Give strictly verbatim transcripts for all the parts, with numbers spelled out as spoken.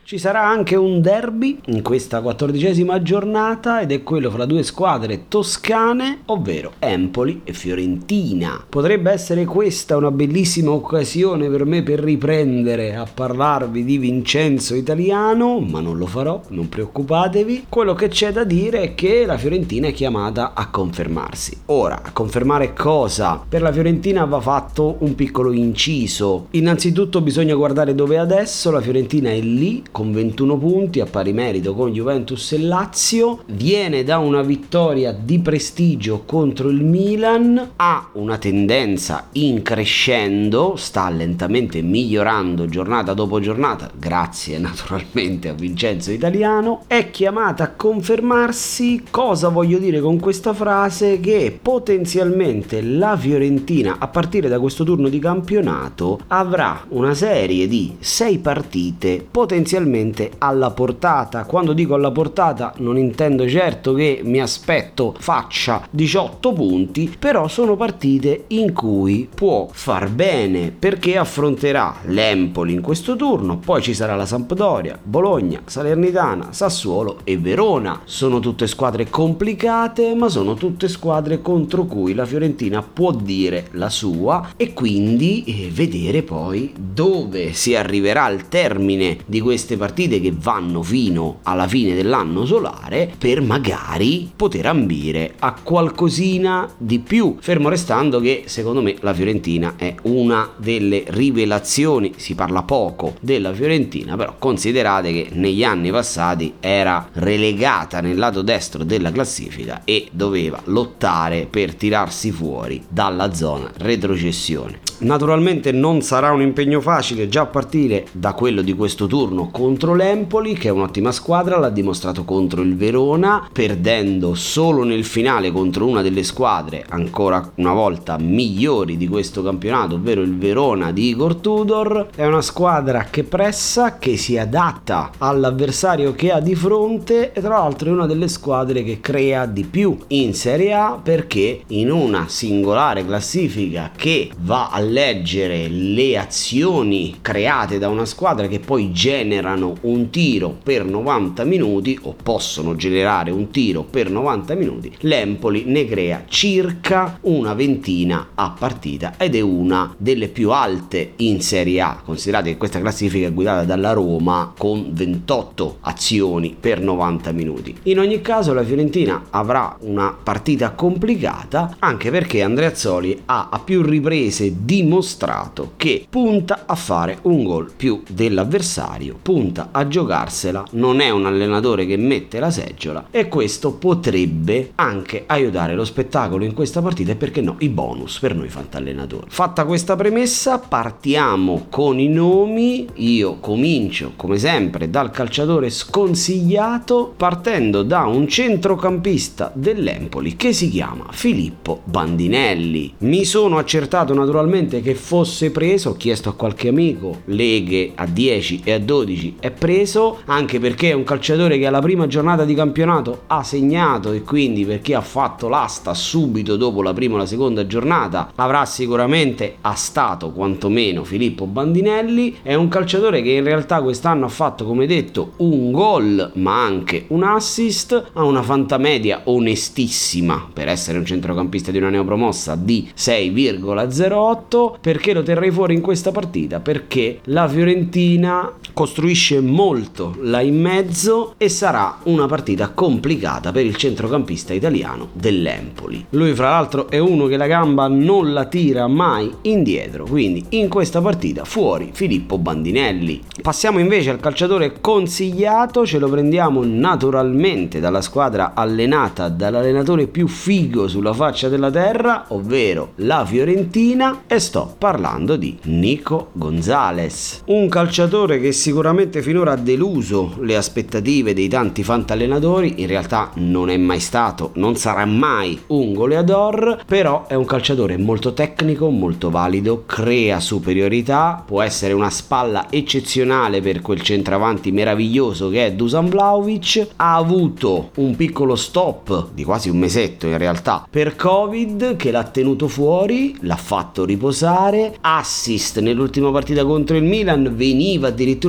Ci sarà anche un derby in questa quattordicesima giornata ed è quello fra due squadre toscane, ovvero Empoli e Fiorentina. Potrebbe essere questa una bellissima occasione per me per riprendere a parlarvi di Vincenzo Italiano, ma non lo farò, non preoccupatevi. Quello che c'è da dire è che la Fiorentina è chiamata a confermarsi. Ora, a confermare cosa? Per la Fiorentina va fatto un piccolo inciso. Innanzitutto bisogna guardare dove è adesso. La Fiorentina è lì con ventuno punti a pari merito con Juventus e Lazio, viene da una vittoria di prestigio contro il Milan, ha una tendenza in crescendo, sta lentamente migliorando giornata dopo giornata grazie naturalmente a Vincenzo Italiano, è chiamata a confermarsi. Cosa voglio dire con questa frase? Che potenzialmente la Fiorentina a partire da questo turno di campionato avrà una serie di sei partite potenzialmente alla portata. Quando dico alla portata non intendo certo che mi aspetto faccia diciotto punti, però sono partite in cui può far bene perché affronterà l'Empoli in questo turno, poi ci sarà la Sampdoria, Bologna, Salernitana, Sassuolo e Verona. Sono tutte squadre complicate, ma sono tutte squadre contro cui la Fiorentina può dire la sua e quindi eh, vedere poi dove si arriverà al termine di queste partite che vanno fino alla fine dell'anno solare per magari poter ambire a qualcosina di più, fermo restando che secondo me la Fiorentina è una delle rivelazioni. Si parla poco della Fiorentina, però considerate che negli anni passati era relegata nel lato destro della classifica e doveva lottare per tirarsi fuori dalla zona retrocessione. Naturalmente non sarà un impegno facile già a partire da quello di questo turno contro l'Empoli, che è un'ottima squadra, l'ha dimostrato contro il Verona, perdendo solo nel finale contro una delle squadre ancora una volta migliori di questo campionato, ovvero il Verona di Igor Tudor. È una squadra che pressa, che si adatta all'avversario che ha di fronte e tra l'altro è una delle squadre che crea di più in Serie A, perché in una singolare classifica che va a leggere le azioni create da una squadra che poi generano un tiro per novanta minuti o possono generare un tiro per novanta minuti, l'Empoli ne crea circa una ventina a partita ed è una delle più alte in Serie A. Considerate che questa classifica è guidata dalla Roma con ventotto azioni per novanta minuti. In ogni caso la Fiorentina avrà una partita complicata, anche perché Andreazzoli ha a più riprese dimostrato che punta a fare un gol più dell'avversario, punta a giocarsela, non è un allenatore che mette la seggiola e questo potrebbe anche aiutare lo spettacolo in questa partita e perché no i bonus per noi fantallenatori. Fatta questa premessa partiamo con i nomi. Io comincio come sempre dal calciatore sconsigliato, partendo da un centrocampista dell'Empoli che si chiama Filippo Bandinelli. Mi sono accertato naturalmente che fosse preso, ho chiesto a qualche amico, leghe a dieci e a dodici è preso, anche perché è un calciatore che alla prima giornata di campionato ha segnato e quindi per chi ha fatto l'asta subito dopo la prima o la seconda giornata avrà sicuramente astato quantomeno Filippo Bandinelli. È un calciatore che in realtà quest'anno ha fatto, come detto, un gol ma anche un assist, ha una fantamedia onestissima per essere un centrocampista di una neopromossa di sei virgola zero otto. Perché lo terrei fuori in questa partita? Perché la Fiorentina costruisce molto là in mezzo e sarà una partita complicata per il centrocampista italiano dell'Empoli. Lui fra l'altro è uno che la gamba non la tira mai indietro, quindi in questa partita fuori Filippo Bandinelli. Passiamo invece al calciatore consigliato, ce lo prendiamo naturalmente dalla squadra allenata dall'allenatore più figo sulla faccia della terra, ovvero la Fiorentina, e sto parlando di Nico Gonzalez, un calciatore che sicuramente finora ha deluso le aspettative dei tanti fantallenatori. In realtà non è mai stato, non sarà mai un goleador, però è un calciatore molto tecnico, molto valido, crea superiorità, può essere una spalla eccezionale per quel centravanti meraviglioso che è Dusan Vlahovic. Ha avuto un piccolo stop di quasi un mesetto in realtà per Covid che l'ha tenuto fuori, l'ha fatto riposare. Assist nell'ultima partita contro il Milan, veniva addirittura da un gol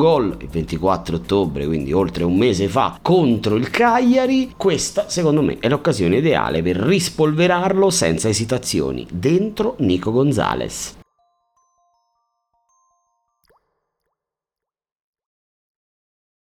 gol il ventiquattro ottobre, quindi oltre un mese fa, contro il Cagliari. Questa secondo me è l'occasione ideale per rispolverarlo senza esitazioni dentro Nico Gonzalez.